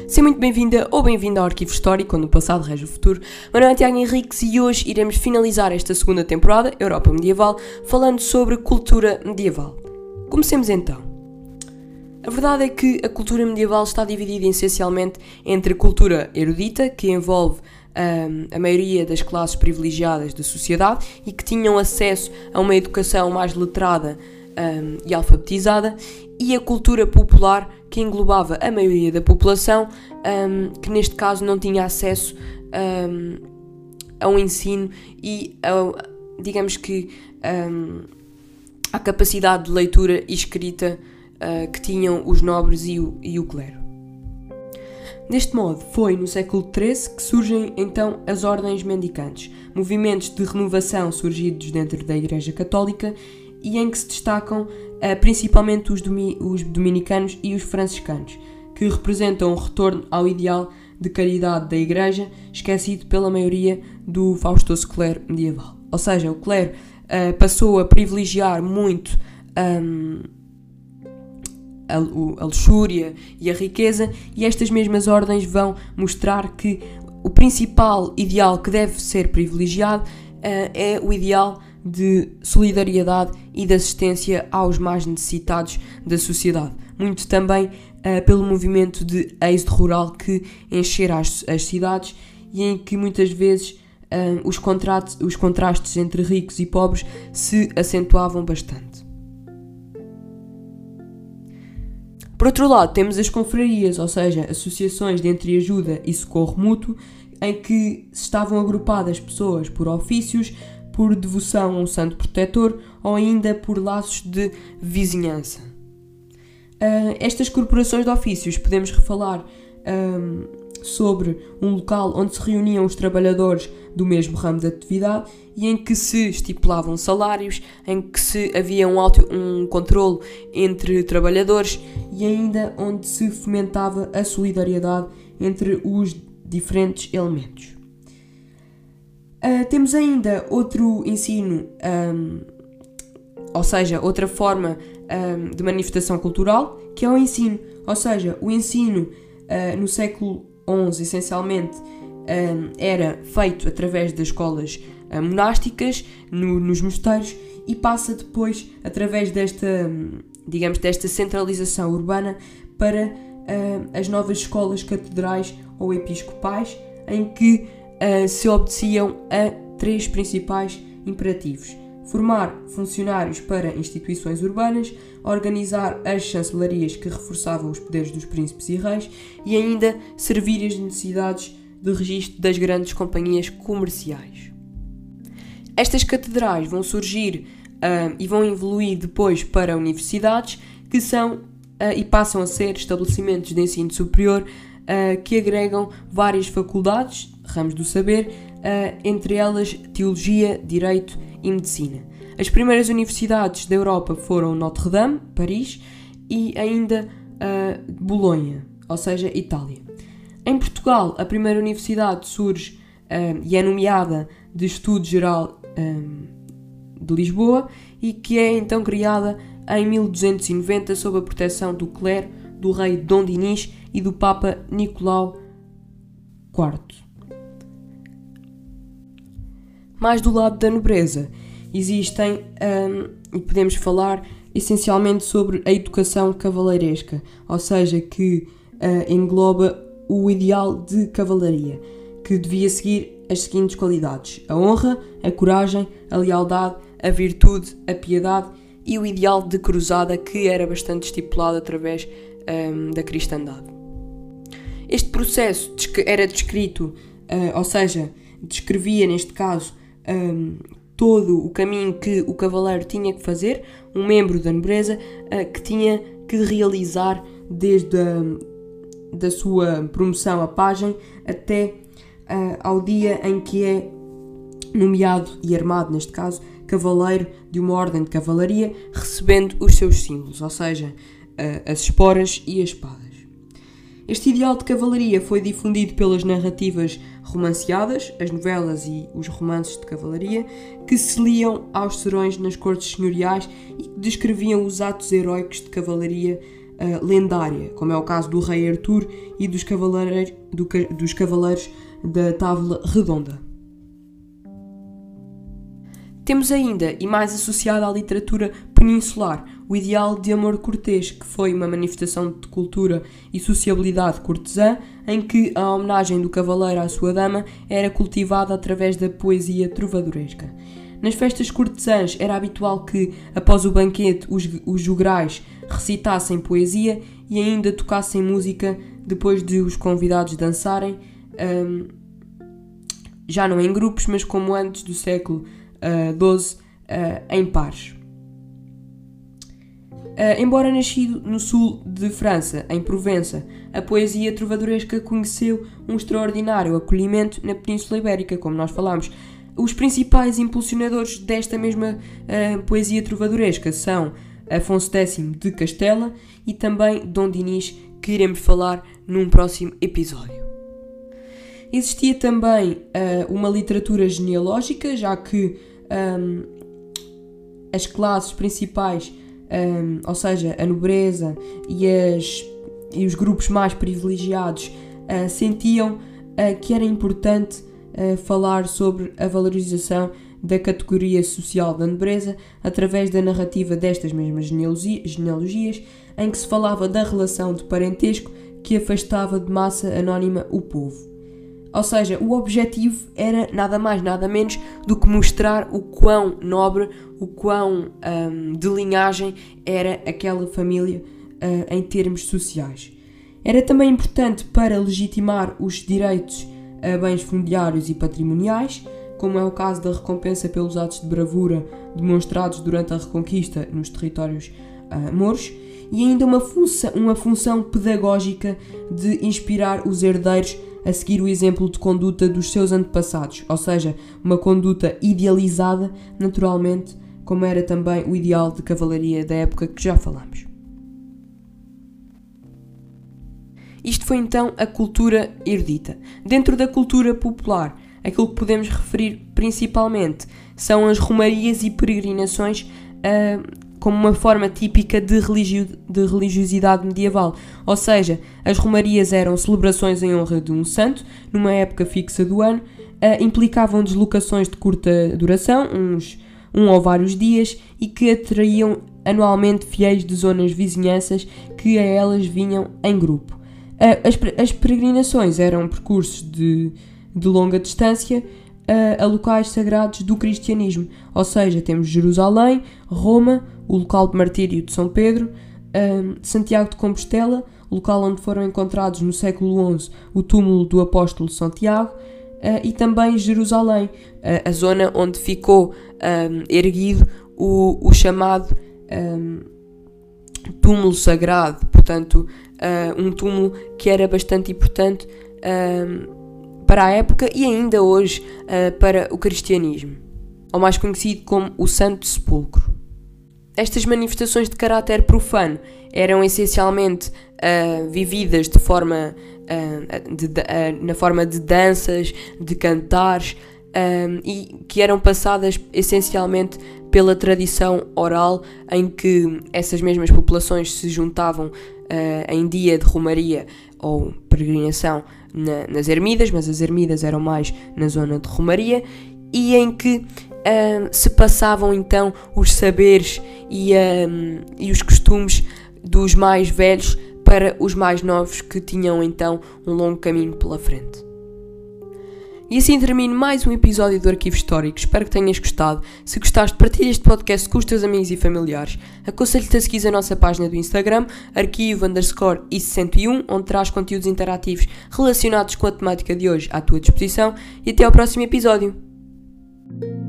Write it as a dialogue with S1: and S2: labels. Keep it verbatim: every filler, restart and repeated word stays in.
S1: Seja muito bem-vinda ou bem-vindo ao Arquivo Histórico, onde o passado rege o futuro. Meu nome é Tiago Henriques e hoje iremos finalizar esta segunda temporada, Europa Medieval, falando sobre cultura medieval. Comecemos então. A verdade é que a cultura medieval está dividida essencialmente entre cultura erudita, que envolve um, a maioria das classes privilegiadas da sociedade e que tinham acesso a uma educação mais letrada um, e alfabetizada, e a cultura popular, que englobava a maioria da população, um, que neste caso não tinha acesso um, a um ensino e, a, digamos que, um, à capacidade de leitura e escrita uh, que tinham os nobres e o, e o clero. Deste modo, foi no século treze que surgem então as ordens mendicantes, movimentos de renovação surgidos dentro da Igreja Católica e em que se destacam uh, principalmente os, domi- os dominicanos e os franciscanos, que representam um retorno ao ideal de caridade da Igreja, esquecido pela maioria do faustoso clero medieval. Ou seja, o clero uh, passou a privilegiar muito um, a, a luxúria e a riqueza, e estas mesmas ordens vão mostrar que o principal ideal que deve ser privilegiado uh, é o ideal de solidariedade e de assistência aos mais necessitados da sociedade. Muito também uh, pelo movimento de êxodo rural que enchera as, as cidades e em que muitas vezes uh, os, contratos, os contrastes entre ricos e pobres se acentuavam bastante. Por outro lado, temos as confrarias, ou seja, associações de entreajuda e socorro mútuo, em que estavam agrupadas pessoas por ofícios, por devoção a um santo protetor ou ainda por laços de vizinhança. Uh, estas corporações de ofícios podemos refalar um, sobre um local onde se reuniam os trabalhadores do mesmo ramo de atividade e em que se estipulavam salários, em que se havia um, auto, um controle entre trabalhadores e ainda onde se fomentava a solidariedade entre os diferentes elementos. Uh, temos ainda outro ensino, um, ou seja, outra forma um, de manifestação cultural, que é o ensino. Ou seja, o ensino uh, no século onze, essencialmente, um, era feito através das escolas uh, monásticas, no, nos mosteiros, e passa depois, através desta, um, digamos, desta centralização urbana, para uh, as novas escolas catedrais ou episcopais, em que Uh, se obedeciam a três principais imperativos: formar funcionários para instituições urbanas, organizar as chancelarias que reforçavam os poderes dos príncipes e reis e ainda servir as necessidades de registro das grandes companhias comerciais. Estas catedrais vão surgir uh, e vão evoluir depois para universidades, que são uh, e passam a ser estabelecimentos de ensino superior uh, que agregam várias faculdades, ramos do saber, uh, entre elas Teologia, Direito e Medicina. As primeiras universidades da Europa foram Notre-Dame, Paris, e ainda uh, Bolonha, ou seja, Itália. Em Portugal, a primeira universidade surge uh, e é nomeada de Estudo Geral um, de Lisboa e que é então criada em mil duzentos e noventa sob a proteção do clero, do rei Dom Dinis e do Papa Nicolau quarto. Mais do lado da nobreza, existem, um, e podemos falar essencialmente sobre a educação cavaleiresca, ou seja, que uh, engloba o ideal de cavalaria, que devia seguir as seguintes qualidades: a honra, a coragem, a lealdade, a virtude, a piedade e o ideal de cruzada, que era bastante estipulado através um, da cristandade. Este processo era descrito, uh, ou seja, descrevia neste caso Um, todo o caminho que o cavaleiro tinha que fazer, um membro da nobreza uh, que tinha que realizar desde a da sua promoção a pajem até uh, ao dia em que é nomeado e armado, neste caso, cavaleiro de uma ordem de cavalaria, recebendo os seus símbolos, ou seja, uh, as esporas e as espadas. Este ideal de cavalaria foi difundido pelas narrativas romanceadas, as novelas e os romances de cavalaria, que se liam aos serões nas cortes senhoriais e que descreviam os atos heróicos de cavalaria uh, lendária, como é o caso do rei Artur e dos cavaleiros, do, dos cavaleiros da Távola Redonda. Temos ainda, e mais associado à literatura peninsular, o ideal de amor cortês, que foi uma manifestação de cultura e sociabilidade cortesã, em que a homenagem do cavaleiro à sua dama era cultivada através da poesia trovadoresca. Nas festas cortesãs era habitual que, após o banquete, os, os jograis recitassem poesia e ainda tocassem música depois de os convidados dançarem, um, já não em grupos, mas como antes do século doze, uh, em pares. Uh, embora nascido no sul de França, em Provença, a poesia trovadoresca conheceu um extraordinário acolhimento na Península Ibérica, como nós falámos. Os principais impulsionadores desta mesma uh, poesia trovadoresca são Afonso Décimo de Castela e também Dom Dinis, que iremos falar num próximo episódio. Existia também uh, uma literatura genealógica, já que um, as classes principais, um, ou seja, a nobreza e, as, e os grupos mais privilegiados, uh, sentiam uh, que era importante uh, falar sobre a valorização da categoria social da nobreza através da narrativa destas mesmas genealogias, em que se falava da relação de parentesco que afastava de massa anónima o povo. Ou seja, o objetivo era nada mais, nada menos do que mostrar o quão nobre, o quão um, de linhagem era aquela família uh, em termos sociais. Era também importante para legitimar os direitos a bens fundiários e patrimoniais, como é o caso da recompensa pelos atos de bravura demonstrados durante a Reconquista nos territórios uh, mouros, e ainda uma, função, uma função pedagógica de inspirar os herdeiros a seguir o exemplo de conduta dos seus antepassados, ou seja, uma conduta idealizada, naturalmente, como era também o ideal de cavalaria da época que já falamos. Isto foi então a cultura erudita. Dentro da cultura popular, aquilo que podemos referir principalmente são as romarias e peregrinações uh, como uma forma típica de, religio- de religiosidade medieval. Ou seja, as romarias eram celebrações em honra de um santo, numa época fixa do ano, uh, implicavam deslocações de curta duração, uns um ou vários dias, e que atraíam anualmente fiéis de zonas vizinhanças que a elas vinham em grupo. Uh, as, as peregrinações eram percursos de, de longa distância uh, a locais sagrados do cristianismo, ou seja, temos Jerusalém, Roma, o local de martírio de São Pedro, um, Santiago de Compostela, local onde foram encontrados no século onze o túmulo do apóstolo Santiago, uh, e também Jerusalém, uh, a zona onde ficou um, erguido o, o chamado um, túmulo sagrado, portanto, uh, um túmulo que era bastante importante um, para a época e ainda hoje uh, para o cristianismo, ou mais conhecido como o Santo Sepulcro. Estas manifestações de caráter profano eram essencialmente uh, vividas de forma, uh, de, de, uh, na forma de danças, de cantares, um, e que eram passadas essencialmente pela tradição oral, em que essas mesmas populações se juntavam uh, em dia de romaria ou peregrinação na, nas ermidas, mas as ermidas eram mais na zona de romaria, e em que Uh, se passavam então os saberes e, um, e os costumes dos mais velhos para os mais novos, que tinham então um longo caminho pela frente. E assim termino mais um episódio do Arquivo Histórico. Espero que tenhas gostado. Se gostaste, partilha este podcast com os teus amigos e familiares. Aconselho-te a seguir a nossa página do Instagram, arquivo underscore I sessenta e um, onde traz conteúdos interativos relacionados com a temática de hoje à tua disposição, e até ao próximo episódio.